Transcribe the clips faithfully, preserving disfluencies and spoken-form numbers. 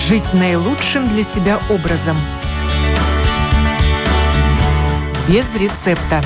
Жить наилучшим для себя образом. Без рецепта.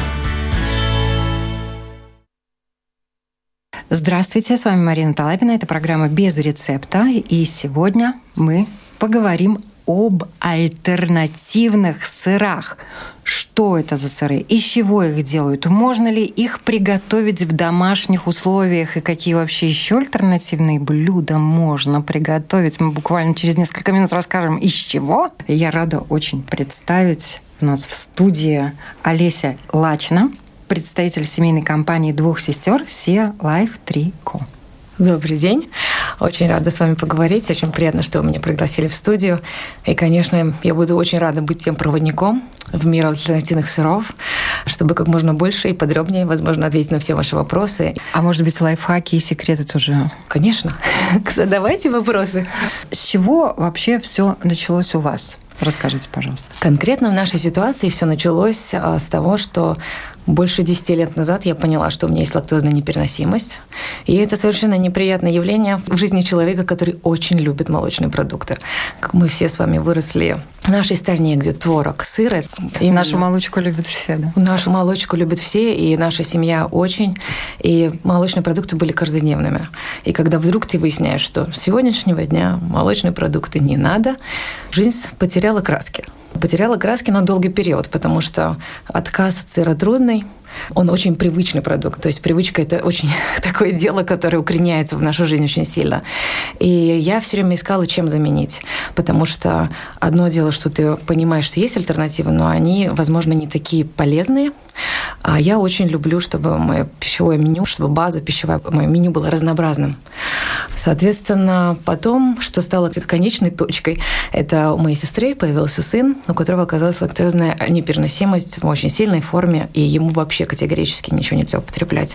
Здравствуйте, с вами Марина Талапина. Это программа «Без рецепта». И сегодня мы поговорим об альтернативных сырах. Что это за сыры? Из чего их делают? Можно ли их приготовить в домашних условиях? И какие вообще еще альтернативные блюда можно приготовить? Мы буквально через несколько минут расскажем, из чего. Я рада очень представить у нас в студии Олеся Лачина, представитель семейной компании двух сестер Sea Life три ко. Добрый день. Очень рада с вами поговорить. Очень приятно, что вы меня пригласили в студию. И, конечно, я буду очень рада быть тем проводником в мир альтернативных сыров, чтобы как можно больше и подробнее, возможно, ответить на все ваши вопросы. А может быть, лайфхаки и секреты тоже? Конечно. Задавайте вопросы. С чего вообще все началось у вас? Расскажите, пожалуйста. Конкретно в нашей ситуации все началось с того, что больше десяти лет назад я поняла, что у меня есть лактозная непереносимость. И это совершенно неприятное явление в жизни человека, который очень любит молочные продукты. Как мы все с вами выросли в нашей стране, где творог, сыр. И нашу молочку любят все, да? Нашу молочку любят все, и наша семья очень. И молочные продукты были каждодневными. И когда вдруг ты выясняешь, что с сегодняшнего дня молочные продукты не надо, жизнь потеряла краски. Потеряла краски на долгий период, потому что отказ от сыра трудный. Он очень привычный продукт. То есть привычка – это очень такое дело, которое укореняется в нашу жизнь очень сильно. И я все время искала, чем заменить. Потому что одно дело, что ты понимаешь, что есть альтернативы, но они, возможно, не такие полезные. А я очень люблю, чтобы мое пищевое меню, чтобы база пищевая, мое меню было разнообразным. Соответственно, потом, что стало конечной точкой, это у моей сестры появился сын, у которого оказалась лактозная непереносимость в очень сильной форме, и ему вообще категорически ничего нельзя употреблять.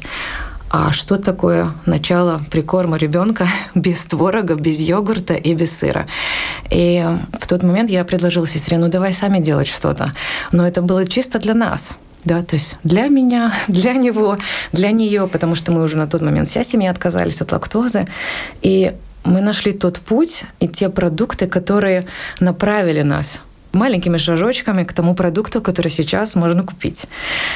А что такое начало прикорма ребенка без творога, без йогурта и без сыра? И в тот момент я предложила сестре, ну давай сами делать что-то. Но это было чисто для нас. Да, то есть для меня, для него, для нее, потому что мы уже на тот момент вся семья отказались от лактозы. И мы нашли тот путь и те продукты, которые направили нас маленькими шажочками к тому продукту, который сейчас можно купить.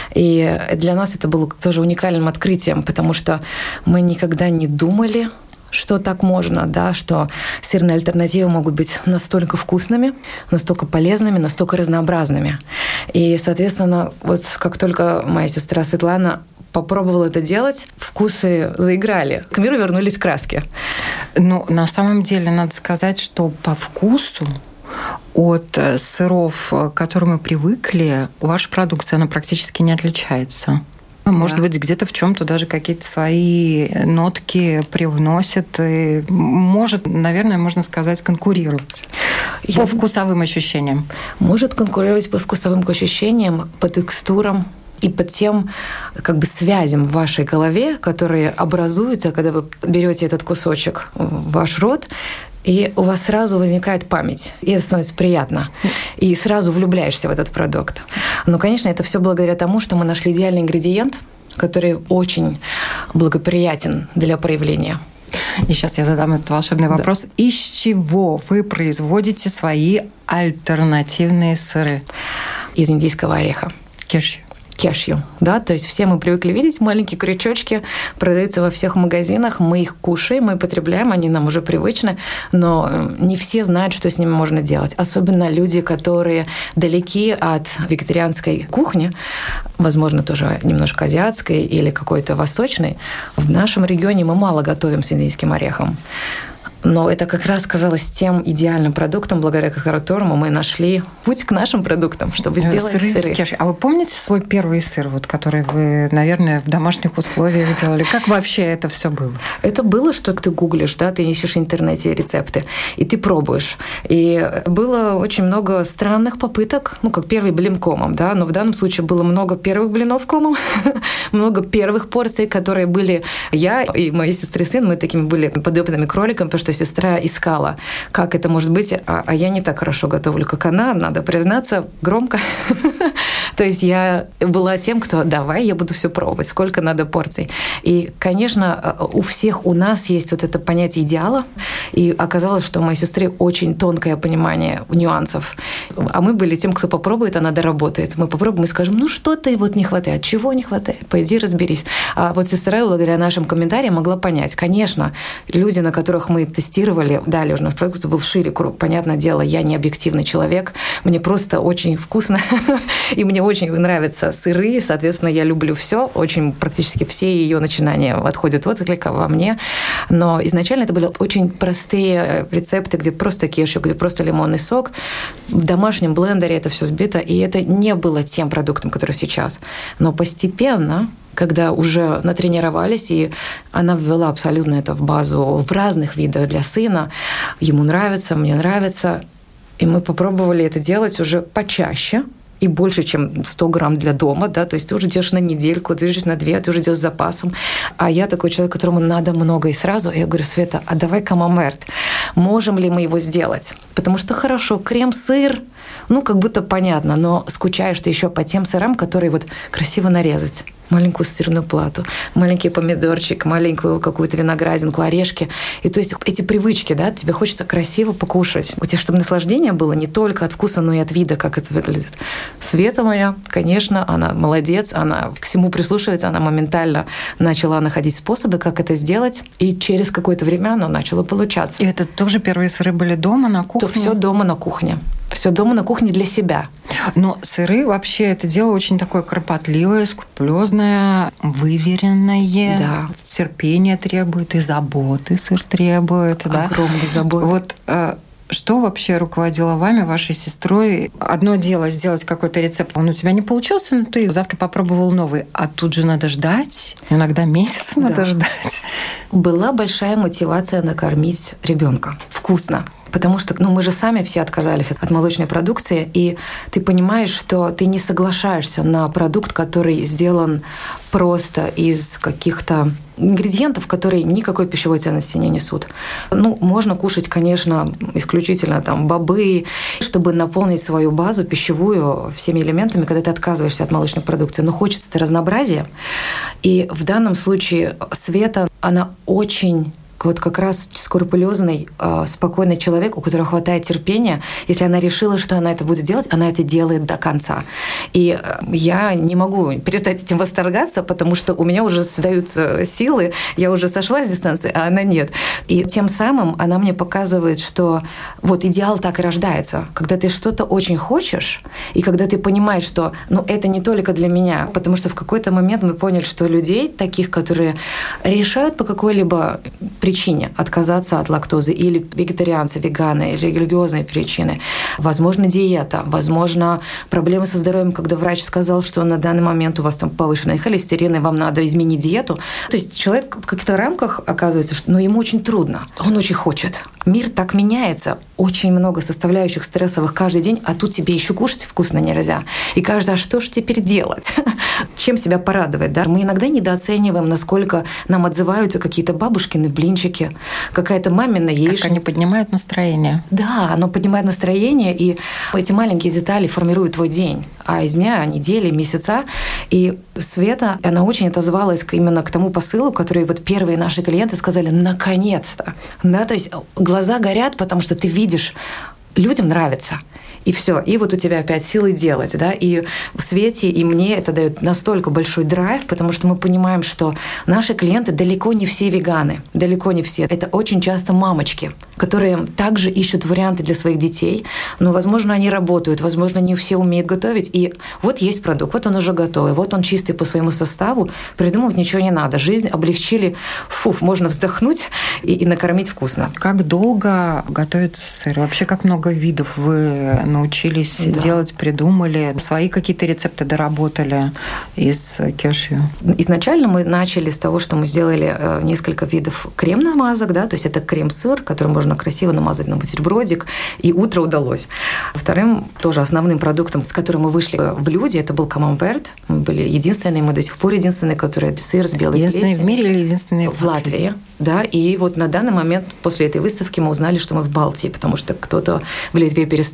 И для нас это было тоже уникальным открытием, потому что мы никогда не думали, что так можно, да, что сырные альтернативы могут быть настолько вкусными, настолько полезными, настолько разнообразными. И, соответственно, вот как только моя сестра Светлана попробовала это делать, вкусы заиграли. К миру вернулись краски. Ну, на самом деле, надо сказать, что по вкусу от сыров, к которым мы привыкли, ваша продукция, она практически не отличается. Может да. быть, где-то в чем-то даже какие-то свои нотки привносит. И может, наверное, можно сказать, конкурировать Я... по вкусовым ощущениям. Может конкурировать по вкусовым ощущениям, по текстурам и по тем как бы связям в вашей голове, которые образуются, когда вы берете этот кусочек в ваш рот, и у вас сразу возникает память, и это становится приятно. И сразу влюбляешься в этот продукт. Но, конечно, это все благодаря тому, что мы нашли идеальный ингредиент, который очень благоприятен для проявления. И сейчас я задам этот волшебный вопрос. Да. Из чего вы производите свои альтернативные сыры? Из индийского ореха. Кешью. Кешью, да, то есть все мы привыкли видеть маленькие крючочки, продаются во всех магазинах, мы их кушаем, мы потребляем, они нам уже привычны, но не все знают, что с ними можно делать. Особенно люди, которые далеки от вегетарианской кухни, возможно, тоже немножко азиатской или какой-то восточной. В нашем регионе мы мало готовим с индийским орехом. Но это как раз казалось тем идеальным продуктом, благодаря которому мы нашли путь к нашим продуктам, чтобы сделать сыры. сыры. А вы помните свой первый сыр, вот, который вы, наверное, в домашних условиях делали? Как вообще это все было? Это было, что ты гуглишь, да, ты ищешь в интернете рецепты, и ты пробуешь. И было очень много странных попыток, ну, как первый блин комом, да, но в данном случае было много первых блинов комом, много первых порций, которые были я и мои сестры и сын, мы такими были подопытными кроликами, потому что сестра искала, как это может быть, а, а я не так хорошо готовлю, как она, надо признаться громко. То есть я была тем, кто давай, я буду все пробовать, сколько надо порций. И, конечно, у всех у нас есть вот это понятие идеала. И оказалось, что у моей сестры очень тонкое понимание нюансов. А мы были тем, кто попробует, она доработает. Мы попробуем и скажем, ну что-то вот не хватает, чего не хватает, пойди разберись. А вот сестра, благодаря нашим комментариям, могла понять. Конечно, люди, на которых мы тестировали, далее уже наш продукт был шире круг. Понятное дело, я не объективный человек, мне просто очень вкусно, и мне очень нравятся сыры, соответственно, я люблю все, очень практически все ее начинания отходят в отклик во мне. Но изначально это были очень простые рецепты, где просто кешью, где просто лимонный сок. В домашнем блендере это все сбито, и это не было тем продуктом, который сейчас. Но постепенно, когда уже натренировались, и она ввела абсолютно это в базу в разных видах для сына, ему нравится, мне нравится, и мы попробовали это делать уже почаще, и больше, чем сто грамм для дома, да, то есть ты уже делаешь на недельку, ты делаешь на две, ты уже делаешь с запасом. А я такой человек, которому надо много и сразу. И я говорю, Света, а давай камамберт. Можем ли мы его сделать? Потому что хорошо, крем-сыр, ну, как будто понятно, но скучаешь ты еще по тем сырам, которые вот красиво нарезать. Маленькую сырную плату, маленький помидорчик, маленькую какую-то виноградинку, орешки. И то есть эти привычки, да, тебе хочется красиво покушать. У тебя, чтобы наслаждение было не только от вкуса, но и от вида, как это выглядит. Света моя, конечно, она молодец, она к всему прислушивается, она моментально начала находить способы, как это сделать, и через какое-то время оно начало получаться. И это тоже первые сыры были дома на кухне? То все дома на кухне. Все дома на кухне для себя. Но сыры вообще это дело очень такое кропотливое, скрупулезное, выверенное. Да. Терпение требует, и заботы сыр требует. Огромной заботы. Вот что вообще руководило вами, вашей сестрой? Одно дело сделать какой-то рецепт, он у тебя не получился, но ты завтра попробовал новый. А тут же надо ждать, иногда месяц надо да. ждать. Была большая мотивация накормить ребенка вкусно. Потому что ну, мы же сами все отказались от молочной продукции, и ты понимаешь, что ты не соглашаешься на продукт, который сделан просто из каких-то ингредиентов, которые никакой пищевой ценности не несут. Ну, можно кушать, конечно, исключительно там бобы, чтобы наполнить свою базу пищевую всеми элементами, когда ты отказываешься от молочной продукции. Но хочется-то разнообразия. И в данном случае Света, она очень... вот как раз скрупулезный, спокойный человек, у которого хватает терпения. Если она решила, что она это будет делать, она это делает до конца. И я не могу перестать этим восторгаться, потому что у меня уже создаются силы, я уже сошла с дистанции, а она нет. И тем самым она мне показывает, что вот идеал так и рождается. Когда ты что-то очень хочешь, и когда ты понимаешь, что ну, это не только для меня, потому что в какой-то момент мы поняли, что людей таких, которые решают по какой-либо причине отказаться от лактозы, или вегетарианцы, веганы, или религиозные причины. Возможно, диета, возможно, проблемы со здоровьем, когда врач сказал, что на данный момент у вас там повышенный холестерин, и вам надо изменить диету. То есть человек в каких-то рамках оказывается, что ну, ему очень трудно, он очень хочет. Мир так меняется, очень много составляющих стрессовых каждый день, а тут тебе еще кушать вкусно нельзя. И кажется, а что же теперь делать? Чем себя порадовать? Да? Мы иногда недооцениваем, насколько нам отзываются какие-то бабушкины блинчики, какая-то мамина яичница. Как они поднимают настроение. Да, оно поднимает настроение, и эти маленькие детали формируют твой день, а из дня, недели, месяца. И Света, она очень отозвалась именно к тому посылу, который вот первые наши клиенты сказали «наконец-то». Да, то есть глаза горят, потому что ты видишь, людям нравится. И все, и вот у тебя опять силы делать, да, и в Свете, и мне это дает настолько большой драйв, потому что мы понимаем, что наши клиенты далеко не все веганы, далеко не все. Это очень часто мамочки, которые также ищут варианты для своих детей, но, возможно, они работают, возможно, не все умеют готовить, и вот есть продукт, вот он уже готовый, вот он чистый по своему составу, придумывать ничего не надо, жизнь облегчили, фуф, можно вздохнуть и, и накормить вкусно. Как долго готовится сыр? Вообще, как много видов вы научились да. делать, придумали, свои какие-то рецепты доработали из кешью? Изначально мы начали с того, что мы сделали несколько видов крем-намазок, да, то есть это крем-сыр, который можно красиво намазать на бутербродик, и утро удалось. Вторым, тоже основным продуктом, с которым мы вышли в люди, это был камамберт. Мы были единственные, мы до сих пор единственные, которые сыр с белой слизью. Единственные в мире или единственные в Латвии? В Латвии, да. И вот на данный момент, после этой выставки, мы узнали, что мы в Балтии, потому что кто-то в Литве перестал делать.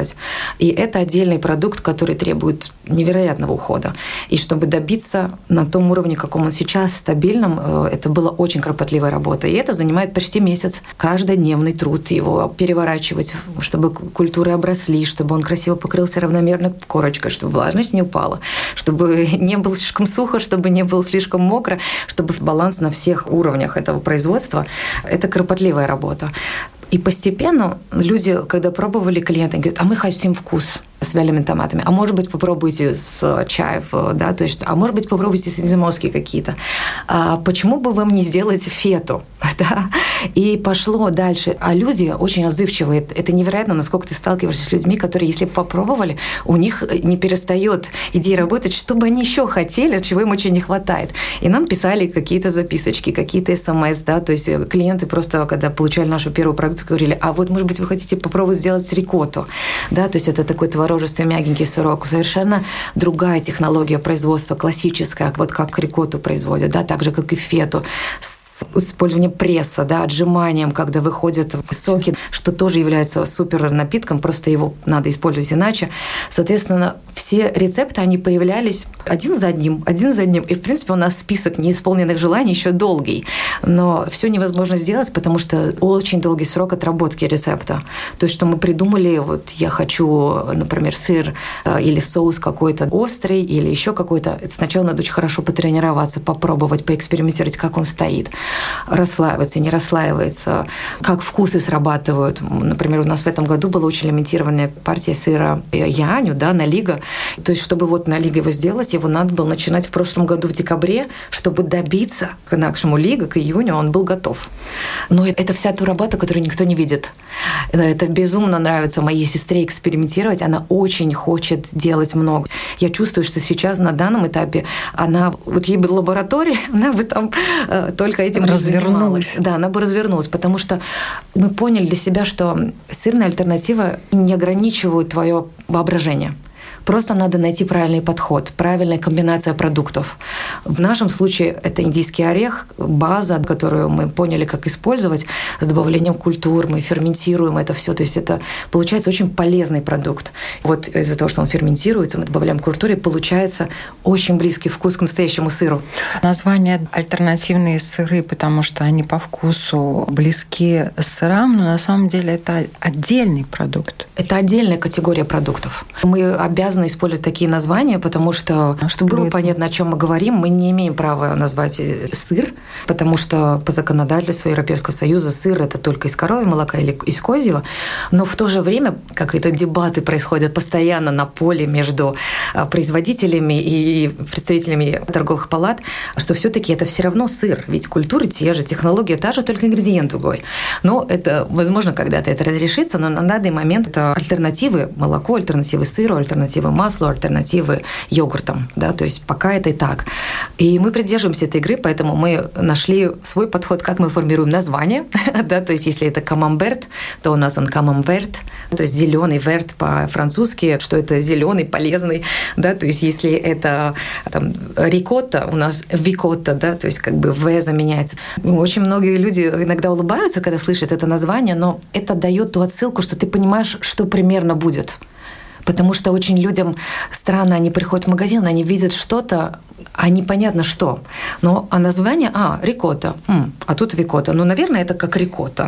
делать. И это отдельный продукт, который требует невероятного ухода. И чтобы добиться на том уровне, каком он сейчас, стабильном, это была очень кропотливая работа. И это занимает почти месяц. Каждодневный труд его переворачивать, чтобы культуры обросли, чтобы он красиво покрылся равномерно корочкой, чтобы влажность не упала, чтобы не было слишком сухо, чтобы не было слишком мокро, чтобы баланс на всех уровнях этого производства. Это кропотливая работа. И постепенно люди, когда пробовали, клиенты говорят, а мы хотим вкус с вялеными томатами, а может быть, попробуйте с чаев, да, то есть, а может быть, попробуйте средиземноморские какие-то. А почему бы вам не сделать фету, да? И пошло дальше. А люди очень отзывчивые. Это невероятно, насколько ты сталкиваешься с людьми, которые, если попробовали, у них не перестает идея работать, что бы они еще хотели, чего им очень не хватает. И нам писали какие-то записочки, какие-то смс, да, то есть клиенты просто, когда получали нашу первую продукцию, говорили, а вот, может быть, вы хотите попробовать сделать рикотту, да, то есть это такой творожистый мягенький сырок, совершенно другая технология производства, классическая, вот как рикотту производят, да, так же, как и фету, использование пресса, да, отжиманием, когда выходят соки, что тоже является супер напитком, просто его надо использовать иначе. Соответственно, все рецепты, они появлялись один за одним, один за одним. И, в принципе, у нас список неисполненных желаний еще долгий. Но все невозможно сделать, потому что очень долгий срок отработки рецепта. То есть, что мы придумали, вот я хочу, например, сыр или соус какой-то острый, или еще какой-то. Это сначала надо очень хорошо потренироваться, попробовать, поэкспериментировать, как он стоит. Расслаивается, не расслаивается, как вкусы срабатывают. Например, у нас в этом году была очень лимитированная партия сыра Яаню, да, налига. То есть, чтобы вот налига его сделать, его надо было начинать в прошлом году в декабре, чтобы добиться к нашему лига, к июню он был готов. Но это вся та работа, которую никто не видит. Это безумно нравится моей сестре экспериментировать. Она очень хочет делать много. Я чувствую, что сейчас на данном этапе она, вот ей бы лаборатория, она бы там э, только этим развернулась. Да, она бы развернулась, потому что мы поняли для себя, что сырная альтернатива не ограничивает твое воображение. Просто надо найти правильный подход, правильная комбинация продуктов. В нашем случае это индийский орех, база, которую мы поняли, как использовать, с добавлением культур, мы ферментируем это все. То есть это получается очень полезный продукт. Вот из-за того, что он ферментируется, мы добавляем культуру, и получается очень близкий вкус к настоящему сыру. Название «альтернативные сыры», потому что они по вкусу близки сырам, но на самом деле это отдельный продукт. Это отдельная категория продуктов. Мы обязаны использовать такие названия, потому что, чтобы было понятно, о чем мы говорим, мы не имеем права назвать сыр, потому что по законодательству Европейского Союза сыр – это только из коровьего молока или из козьего, но в то же время какие-то дебаты происходят постоянно на поле между производителями и представителями торговых палат, что все-таки это все равно сыр, ведь культуры те же, технология та же, только ингредиент другой. Но это, возможно, когда-то это разрешится, но на данный момент это альтернативы молоку, альтернативы сыру, альтернативы маслу, альтернативы йогуртам, да, то есть пока это и так. И мы придерживаемся этой игры, поэтому мы нашли свой подход, как мы формируем название, да, то есть если это камамберт, то у нас он камамверт, то есть зеленый верт по-французски, что это зеленый, полезный, да, то есть если это там рикотта, у нас викотта, да, то есть как бы в заменяется. Очень многие люди иногда улыбаются, когда слышат это название, но это дает ту отсылку, что ты понимаешь, что примерно будет. Потому что очень людям странно, они приходят в магазин, они видят что-то, а непонятно что. Но а название, а, рикотта, м, а тут викотта. Ну, наверное, это как рикотта.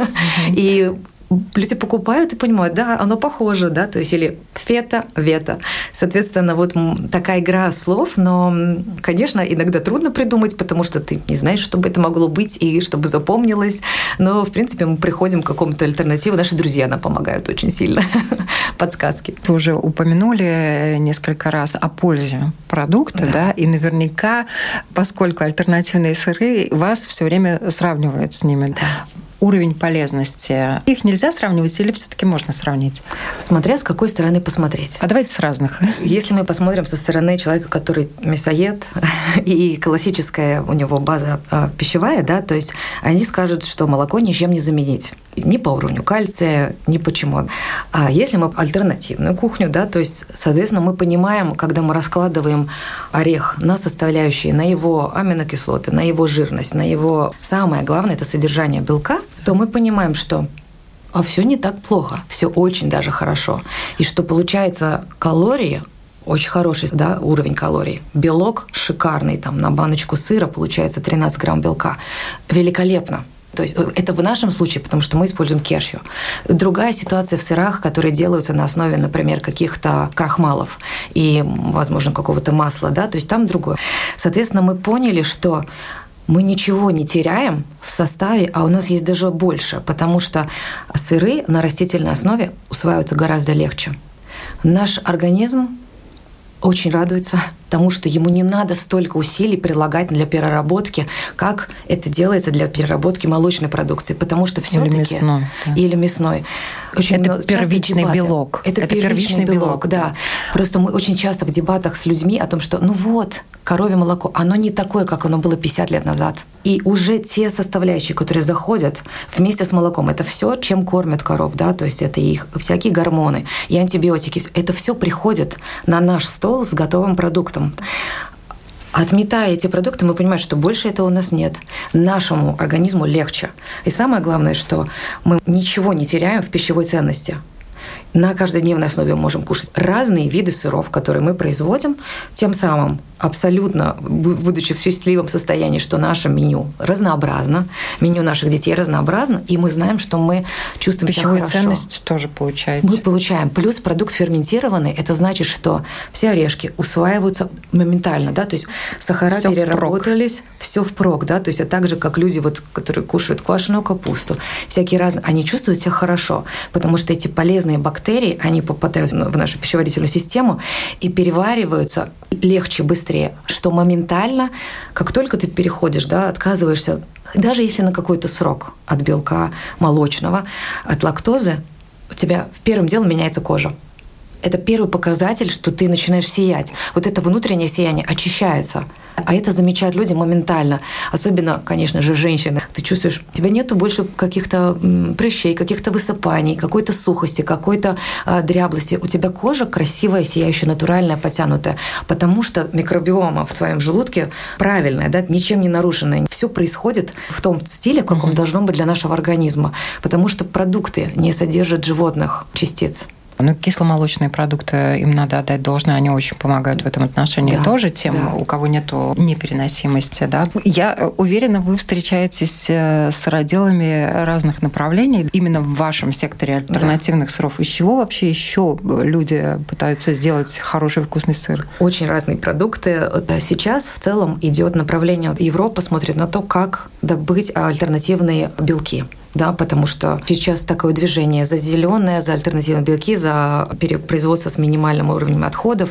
И люди покупают и понимают, да, оно похоже, да, то есть или фета, вета. Соответственно, вот такая игра слов, но, конечно, иногда трудно придумать, потому что ты не знаешь, что бы это могло быть и чтобы запомнилось. Но, в принципе, мы приходим к какому-то альтернативу. Наши друзья нам помогают очень сильно. Подсказки. Вы уже упомянули несколько раз о пользе продукта, да, да и наверняка, поскольку альтернативные сыры, вас все время сравнивают с ними. Да. Уровень полезности. Их нельзя сравнивать или все-таки можно сравнить? Смотря с какой стороны посмотреть. А давайте с разных. Если мы посмотрим со стороны человека, который мясоед, и классическая у него база пищевая, да, то есть они скажут, что молоко ничем не заменить. Ни по уровню кальция, ни почему. А если мы альтернативную кухню, да, то есть, соответственно, мы понимаем, когда мы раскладываем орех на составляющие, на его аминокислоты, на его жирность, на его... Самое главное – это содержание белка, то мы понимаем, что а все не так плохо, все очень даже хорошо. И что получается, калории очень хороший, да, уровень калорий. Белок шикарный, там на баночку сыра получается тринадцать грамм белка. Великолепно. То есть это в нашем случае, потому что мы используем кешью. Другая ситуация в сырах, которые делаются на основе, например, каких-то крахмалов и, возможно, какого-то масла, да, то есть там другое. Соответственно, мы поняли, что мы ничего не теряем в составе, а у нас есть даже больше, потому что сыры на растительной основе усваиваются гораздо легче. Наш организм очень радуется тому, что ему не надо столько усилий прилагать для переработки, как это делается для переработки молочной продукции, потому что все-таки или мясной, да. или мясной. Очень это первичный белок. Это, это первичный, первичный белок, белок да. да. Просто мы очень часто в дебатах с людьми о том, что ну вот, коровье молоко, оно не такое, как оно было пятьдесят лет назад. И уже те составляющие, которые заходят вместе с молоком, это все, чем кормят коров, да, то есть это их всякие гормоны и антибиотики, это все приходит на наш стол с готовым продуктом. Отметая эти продукты, мы понимаем, что больше этого у нас нет. Нашему организму легче. И самое главное, что мы ничего не теряем в пищевой ценности. На каждодневной основе мы можем кушать разные виды сыров, которые мы производим, тем самым абсолютно, будучи в счастливом состоянии, что наше меню разнообразно, меню наших детей разнообразно, и мы знаем, что мы чувствуем Пищевую себя хорошо. Пищевую ценность тоже получаете. Мы получаем. Плюс продукт ферментированный, это значит, что все орешки усваиваются моментально, да, то есть сахара всё переработались, все впрок, да, то есть это так же, как люди, вот, которые кушают квашеную капусту, всякие разные, они чувствуют себя хорошо, потому что эти полезные бактерии, они попадают в нашу пищеварительную систему и перевариваются легче, быстрее, что моментально, как только ты переходишь, да, отказываешься, даже если на какой-то срок от белка молочного, от лактозы, у тебя первым делом меняется кожа. Это первый показатель, что ты начинаешь сиять. Вот это внутреннее сияние очищается. А это замечают люди моментально. Особенно, конечно же, женщины. Ты чувствуешь, у тебя нету больше каких-то прыщей, каких-то высыпаний, какой-то сухости, какой-то а, дряблости. У тебя кожа красивая, сияющая, натуральная, подтянутая. Потому что микробиома в твоем желудке правильная, да, ничем не нарушенная. Все происходит в том стиле, в каком mm-hmm. должно быть для нашего организма. Потому что продукты не содержат животных частиц. Ну, кисломолочные продукты, им надо отдать должное, они очень помогают в этом отношении да, тоже тем, да. у кого нет непереносимости. Да. Я уверена, вы встречаетесь с родилами разных направлений именно в вашем секторе альтернативных да. сыров. Из чего вообще еще люди пытаются сделать хороший вкусный сыр? Очень разные продукты. Сейчас в целом идет направление, Европа смотрит на то, как добыть альтернативные белки. Да, потому что сейчас такое движение за зеленое, за альтернативные белки, за перепроизводство с минимальным уровнем отходов.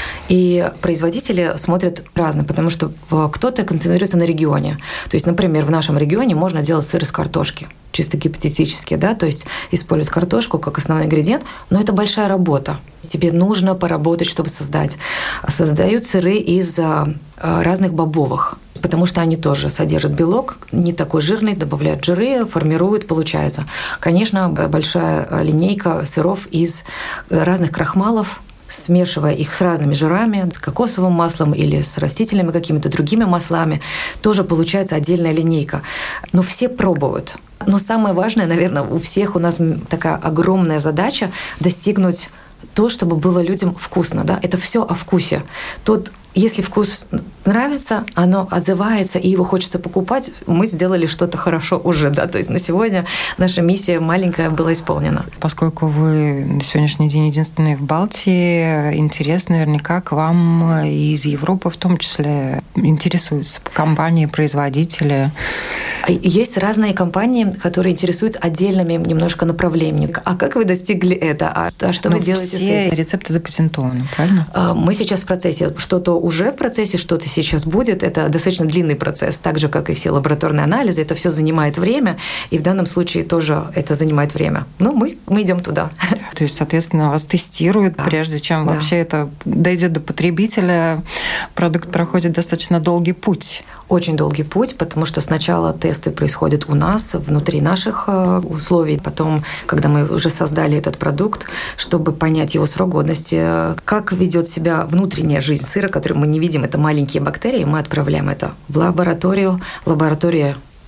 И производители смотрят разно, потому что кто-то концентрируется на регионе. То есть, например, в нашем регионе можно делать сыр из картошки, чисто гипотетически, да, то есть используют картошку как основной ингредиент, но это большая работа. Тебе нужно поработать, чтобы создать. Создают сыры из разных бобовых, потому что они тоже содержат белок, не такой жирный, добавляют жиры, формируют, получается. Конечно, большая линейка сыров из разных крахмалов, смешивая их с разными жирами, с кокосовым маслом или с растительными какими-то другими маслами, тоже получается отдельная линейка. Но все пробуют. Но самое важное, наверное, у всех у нас такая огромная задача достигнуть то, чтобы было людям вкусно. Да? Это все о вкусе. Тот, если вкус нравится, оно отзывается, и его хочется покупать, мы сделали что-то хорошо уже. Да? То есть на сегодня наша миссия маленькая была исполнена. Поскольку вы на сегодняшний день единственные в Балтии, интерес наверняка к вам из Европы в том числе интересуются компании, производители. Есть разные компании, которые интересуются отдельными немножко направлениями. А как вы достигли это? А, а что Но вы делаете все с этим? Рецепты запатентованы, правильно? Мы сейчас в процессе. Что-то уже в процессе, что-то сейчас будет. Это достаточно длинный процесс, так же, как и все лабораторные анализы. Это все занимает время, и в данном случае тоже это занимает время. Но мы, мы идем туда. То есть, соответственно, вас тестируют, да. прежде чем да. вообще это дойдет до потребителя. Продукт проходит достаточно долгий путь. Очень долгий путь, потому что сначала тесты происходят у нас, внутри наших условий. Потом, когда мы уже создали этот продукт, чтобы понять его срок годности, как ведет себя внутренняя жизнь сыра, которую мы не видим, это маленькие бактерии, мы отправляем это в лабораторию. Лаборатория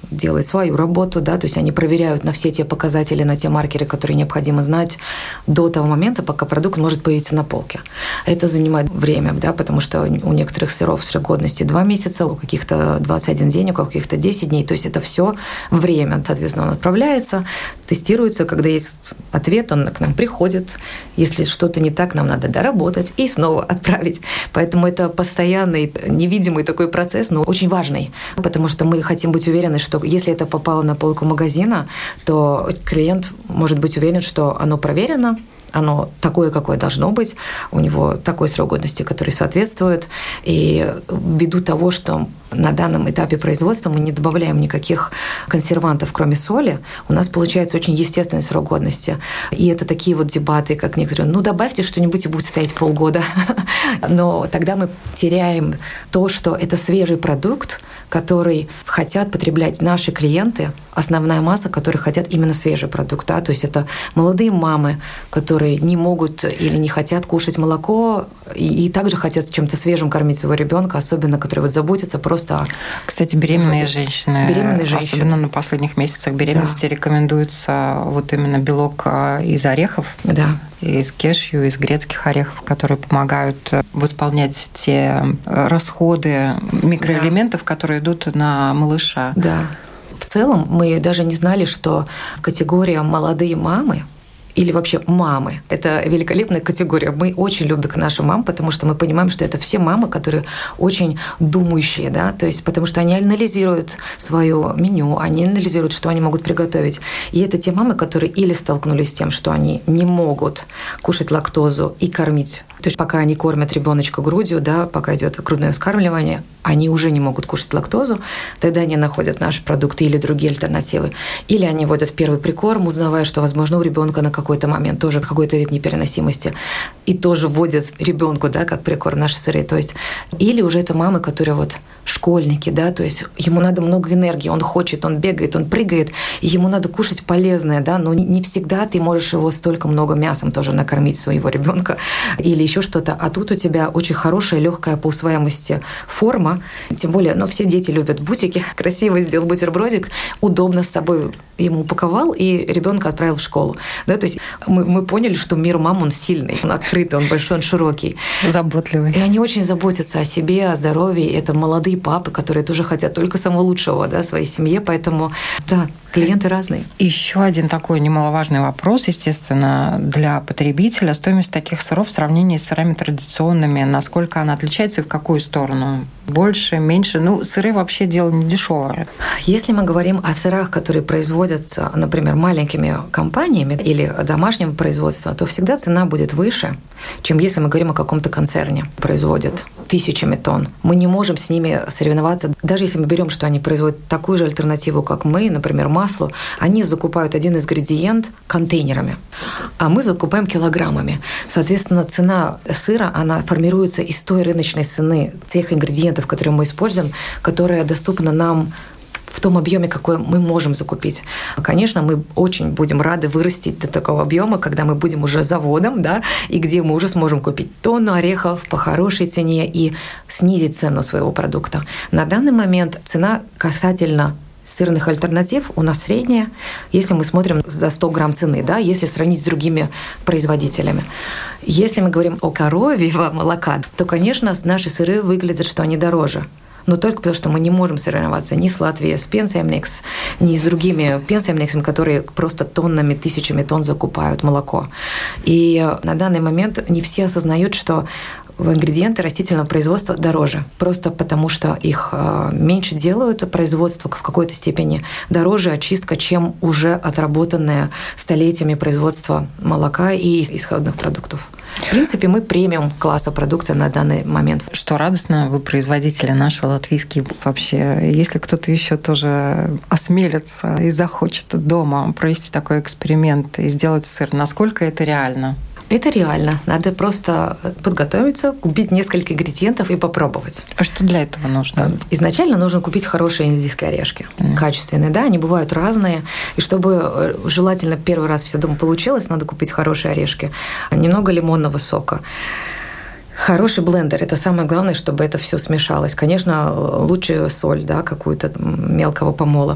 делает свою работу, да, то есть они проверяют на все те показатели, на те маркеры, которые необходимо знать до того момента, пока продукт может появиться на полке. Это занимает время, да, потому что у некоторых сыров срок годности два месяца, у каких-то двадцать один день, у каких-то десять дней, то есть это все время. Соответственно, он отправляется, тестируется, когда есть ответ, он к нам приходит. Если что-то не так, нам надо доработать и снова отправить. Поэтому это постоянный, невидимый такой процесс, но очень важный, потому что мы хотим быть уверены, что если это попало на полку магазина, то клиент может быть уверен, что оно проверено, оно такое, какое должно быть, у него такой срок годности, который соответствует. И ввиду того, что на данном этапе производства мы не добавляем никаких консервантов, кроме соли, у нас получается очень естественный срок годности. И это такие вот дебаты, как некоторые, ну добавьте что-нибудь и будет стоять полгода. Но тогда мы теряем то, что это свежий продукт, который хотят потреблять наши клиенты, основная масса, которые хотят именно свежий продукт. Да? То есть это молодые мамы, которые не могут или не хотят кушать молоко и, и также хотят чем-то свежим кормить своего ребенка, особенно которые вот заботятся просто. Кстати, беременные женщины, беременные женщины, особенно на последних месяцах беременности, да, рекомендуется вот именно белок из орехов. Да. Из кешью, из грецких орехов, которые помогают восполнять те расходы микроэлементов, да, которые идут на малыша. Да. В целом мы даже не знали, что категория «молодые мамы» или вообще мамы. Это великолепная категория. Мы очень любим наших мам, потому что мы понимаем, что это все мамы, которые очень думающие, да, то есть потому что они анализируют свое меню, они анализируют, что они могут приготовить. И это те мамы, которые или столкнулись с тем, что они не могут кушать лактозу и кормить. То есть пока они кормят ребеночка грудью, да, пока идет грудное вскармливание, они уже не могут кушать лактозу, тогда они находят наши продукты или другие альтернативы. Или они вводят первый прикорм, узнавая, что, возможно, у ребенка на какой-то момент тоже какой-то вид непереносимости, и тоже вводят ребенку, да, как прикорм наши сыры. То есть, или уже это мамы, которые вот школьники, да, то есть ему надо много энергии, он хочет, он бегает, он прыгает, и ему надо кушать полезное, да, но не всегда ты можешь его столько много мясом тоже накормить своего ребенка или еще что-то. А тут у тебя очень хорошая, легкая по усвояемости форма, тем более, но все дети любят бутики, красиво сделал бутербродик, удобно с собой ему упаковал и ребенка отправил в школу, да, то есть мы, мы поняли, что мир мам, он сильный, он открытый, он большой, он широкий. Заботливый. И они очень заботятся о себе, о здоровье. Это молодые папы, которые тоже хотят только самого лучшего, да, своей семье, поэтому, да, клиенты разные. Еще один такой немаловажный вопрос, естественно, для потребителя. Стоимость таких сыров в сравнении с сырами традиционными, насколько она отличается и в какую сторону? Больше, меньше? Ну, сыры вообще дело не дешевое. Если мы говорим о сырах, которые производятся, например, маленькими компаниями или домашнего производства, то всегда цена будет выше, чем если мы говорим о каком-то концерне. Производят тысячами тонн. Мы не можем с ними соревноваться. Даже если мы берем, что они производят такую же альтернативу, как мы, например, маслу, они закупают один ингредиент контейнерами, а мы закупаем килограммами. Соответственно, цена сыра, она формируется из той рыночной цены тех ингредиентов, которые мы используем, которая доступна нам в том объеме, какой мы можем закупить. Конечно, мы очень будем рады вырастить до такого объема, когда мы будем уже заводом, да, и где мы уже сможем купить тонну орехов по хорошей цене и снизить цену своего продукта. На данный момент цена касательно сырных альтернатив у нас средняя, если мы смотрим за сто грамм цены, да, если сравнить с другими производителями. Если мы говорим о коровьего молока, то, конечно, наши сыры выглядят, что они дороже. Но только потому, что мы не можем соревноваться ни с Латвией, с Пенсиемникс, ни с другими Пенсиемниксами, которые просто тоннами, тысячами тонн закупают молоко. И на данный момент не все осознают, что ингредиенты растительного производства дороже. Просто потому, что их меньше делают, производство в какой-то степени дороже, очистка, чем уже отработанное столетиями производство молока и исходных продуктов. В принципе, мы премиум класса продукции на данный момент. Что радостно, вы производители наши латвийские. Вообще, если кто-то еще тоже осмелится и захочет дома провести такой эксперимент и сделать сыр, насколько это реально? Это реально. Надо просто подготовиться, купить несколько ингредиентов и попробовать. А что для этого нужно? Изначально нужно купить хорошие индийские орешки. Mm. Качественные, да, они бывают разные. И чтобы желательно первый раз все дома получилось, надо купить хорошие орешки. Немного лимонного сока. Хороший блендер – это самое главное, чтобы это все смешалось. Конечно, лучше соль, да, какую-то мелкого помола.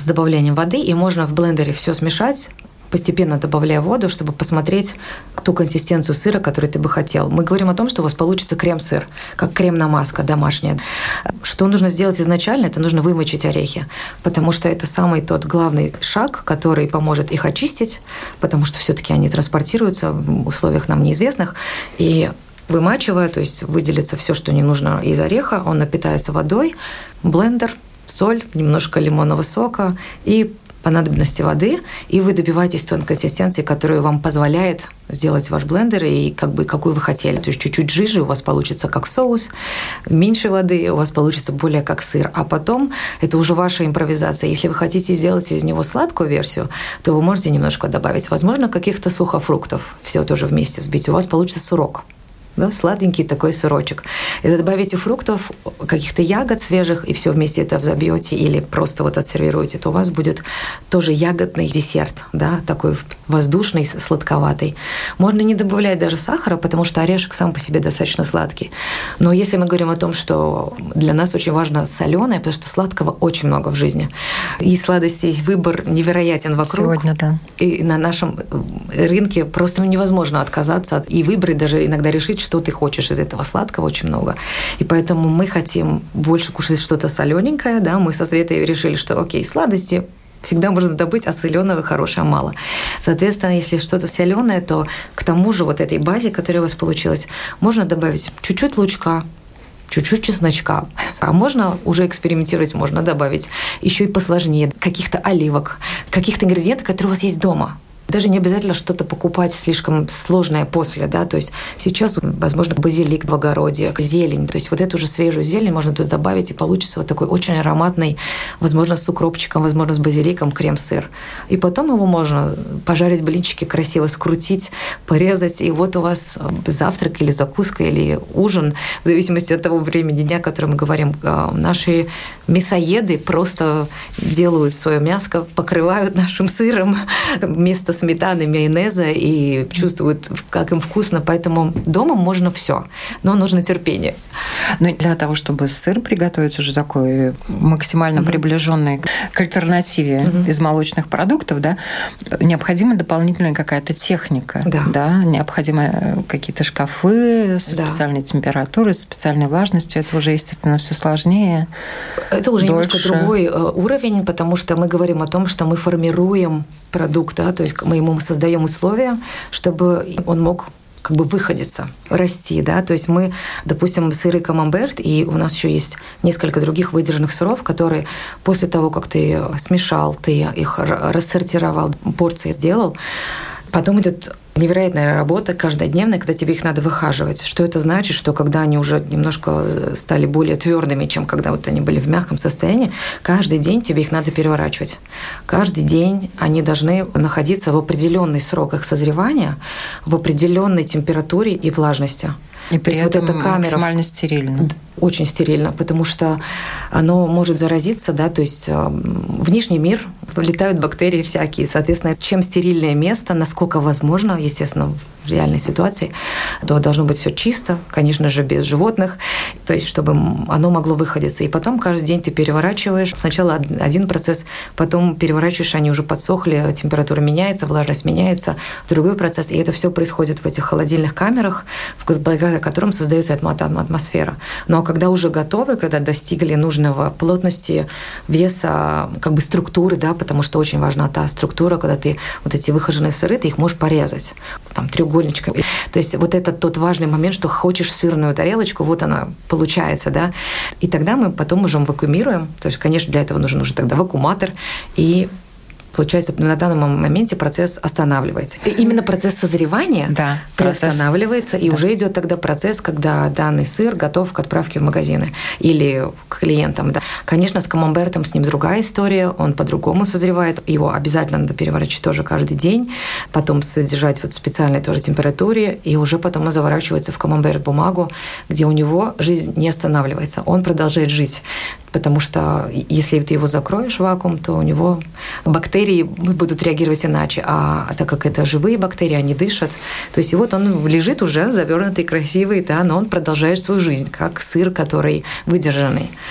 с добавлением воды, и можно в блендере все смешать, постепенно добавляя воду, чтобы посмотреть ту консистенцию сыра, который ты бы хотел. Мы говорим о том, что у вас получится крем-сыр, как крем-намазка домашняя. Что нужно сделать изначально, это нужно вымочить орехи, потому что это самый тот главный шаг, который поможет их очистить, потому что все-таки они транспортируются в условиях нам неизвестных, и вымачивая, то есть выделится все, что не нужно из ореха, он напитается водой, блендер, соль, немножко лимонного сока и по надобности воды, и вы добиваетесь той консистенции, которая вам позволяет сделать ваш блендер и как бы какую вы хотели. То есть чуть-чуть жиже у вас получится как соус, меньше воды у вас получится более как сыр. А потом это уже ваша импровизация. Если вы хотите сделать из него сладкую версию, то вы можете немножко добавить, возможно, каких-то сухофруктов. Все тоже вместе сбить. У вас получится сырок. Да, сладенький такой сырочек. И добавите фруктов, каких-то ягод свежих, и все вместе это взобьете или просто вот отсервируете, то у вас будет тоже ягодный десерт, да, такой воздушный, сладковатый. Можно не добавлять даже сахара, потому что орешек сам по себе достаточно сладкий. Но если мы говорим о том, что для нас очень важно соленое, потому что сладкого очень много в жизни. И сладостей выбор невероятен вокруг. Сегодня, да. И на нашем рынке просто невозможно отказаться и выбрать, даже иногда решить, что ты хочешь из этого сладкого, очень много. И поэтому мы хотим больше кушать что-то солененькое, да, мы со Светой решили, что окей, сладости всегда можно добыть, а соленого хорошего мало. Соответственно, если что-то соленое, то к тому же вот этой базе, которая у вас получилась, можно добавить чуть-чуть лучка, чуть-чуть чесночка. А можно уже экспериментировать, можно добавить еще и посложнее каких-то оливок, каких-то ингредиентов, которые у вас есть дома. Даже не обязательно что-то покупать слишком сложное после, да, то есть сейчас, возможно, базилик в огороде, зелень, то есть вот эту же свежую зелень можно туда добавить, и получится вот такой очень ароматный, возможно, с укропчиком, возможно, с базиликом крем-сыр. И потом его можно пожарить блинчики, красиво скрутить, порезать, и вот у вас завтрак или закуска, или ужин, в зависимости от того времени дня, о котором мы говорим. Наши мясоеды просто делают свое мяско, покрывают нашим сыром вместо сметаны, майонеза и чувствуют, как им вкусно. Поэтому дома можно все, но нужно терпение. Ну, для того, чтобы сыр приготовить уже такой максимально mm-hmm. приближенный к альтернативе mm-hmm. из молочных продуктов, да, необходима дополнительная какая-то техника. Да. Да, необходимы какие-то шкафы с да. специальной температурой, с специальной влажностью. Это уже, естественно, все сложнее. Это уже дольше. Немножко другой уровень, потому что мы говорим о том, что мы формируем продукт, да, то есть мы ему создаем условия, чтобы он мог как бы выходиться, расти, да, то есть мы, допустим, сыры камамберт, и у нас еще есть несколько других выдержанных сыров, которые после того, как ты смешал, ты их рассортировал, порции сделал, потом идет невероятная работа каждодневная, когда тебе их надо выхаживать. Что это значит? Что когда они уже немножко стали более твердыми, чем когда вот они были в мягком состоянии, каждый день тебе их надо переворачивать. Каждый день они должны находиться в определенный срок их созревания, в определенной температуре и влажности. И при То этом вот эта камера максимально стерильно. Очень стерильно, потому что оно может заразиться, да, то есть в внешний мир влетают бактерии всякие. Соответственно, чем стерильное место, насколько возможно, естественно, в реальной ситуации, то должно быть все чисто, конечно же, без животных, то есть чтобы оно могло выходиться. И потом каждый день ты переворачиваешь. Сначала один процесс, потом переворачиваешь, они уже подсохли, температура меняется, влажность меняется, другой процесс. И это все происходит в этих холодильных камерах, благодаря которым создается атмосфера. Но когда уже готовы, когда достигли нужного плотности, веса, как бы структуры, да, потому что очень важна та структура, когда ты вот эти выхоженные сыры, ты их можешь порезать там треугольничком. То есть вот это тот важный момент, что хочешь сырную тарелочку, вот она получается, да. И тогда мы потом уже вакуумируем. То есть, конечно, для этого нужен уже тогда вакууматор, и получается, на данном моменте процесс останавливается. И именно процесс созревания да, приостанавливается, процесс, и да. уже идет тогда процесс, когда данный сыр готов к отправке в магазины или к клиентам. Да. Конечно, с камамбертом с ним другая история, он по-другому созревает, его обязательно надо переворачивать тоже каждый день, потом содержать вот в специальной тоже температуре, и уже потом он заворачивается в камамберт-бумагу, где у него жизнь не останавливается, он продолжает жить. Потому что если ты его закроешь в вакуум, то у него бактерии будут реагировать иначе. А, а так как это живые бактерии, они дышат. То есть и вот он лежит уже завернутый, красивый, да, но он продолжает свою жизнь, как сыр, который выдержанный.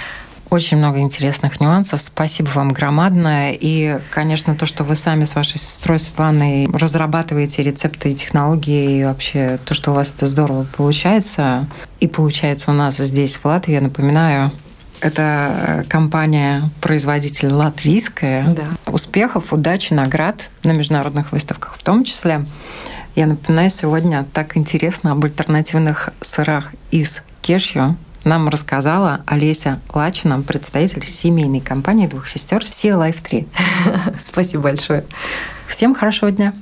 Очень много интересных нюансов. Спасибо вам громадное. И, конечно, то, что вы сами с вашей сестрой Светланой разрабатываете рецепты и технологии, и вообще то, что у вас это здорово получается, и получается у нас здесь, в Латвии, я напоминаю, это компания-производитель латвийская. Да. Успехов, удачи, наград на международных выставках в том числе. Я напоминаю, сегодня так интересно об альтернативных сырах из кешью нам рассказала Олеся Лачина, представитель семейной компании двух сестер Sea Life три. Спасибо большое. Всем хорошего дня.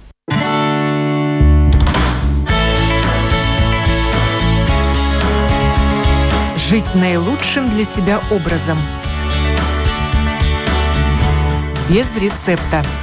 Жить наилучшим для себя образом. Без рецепта.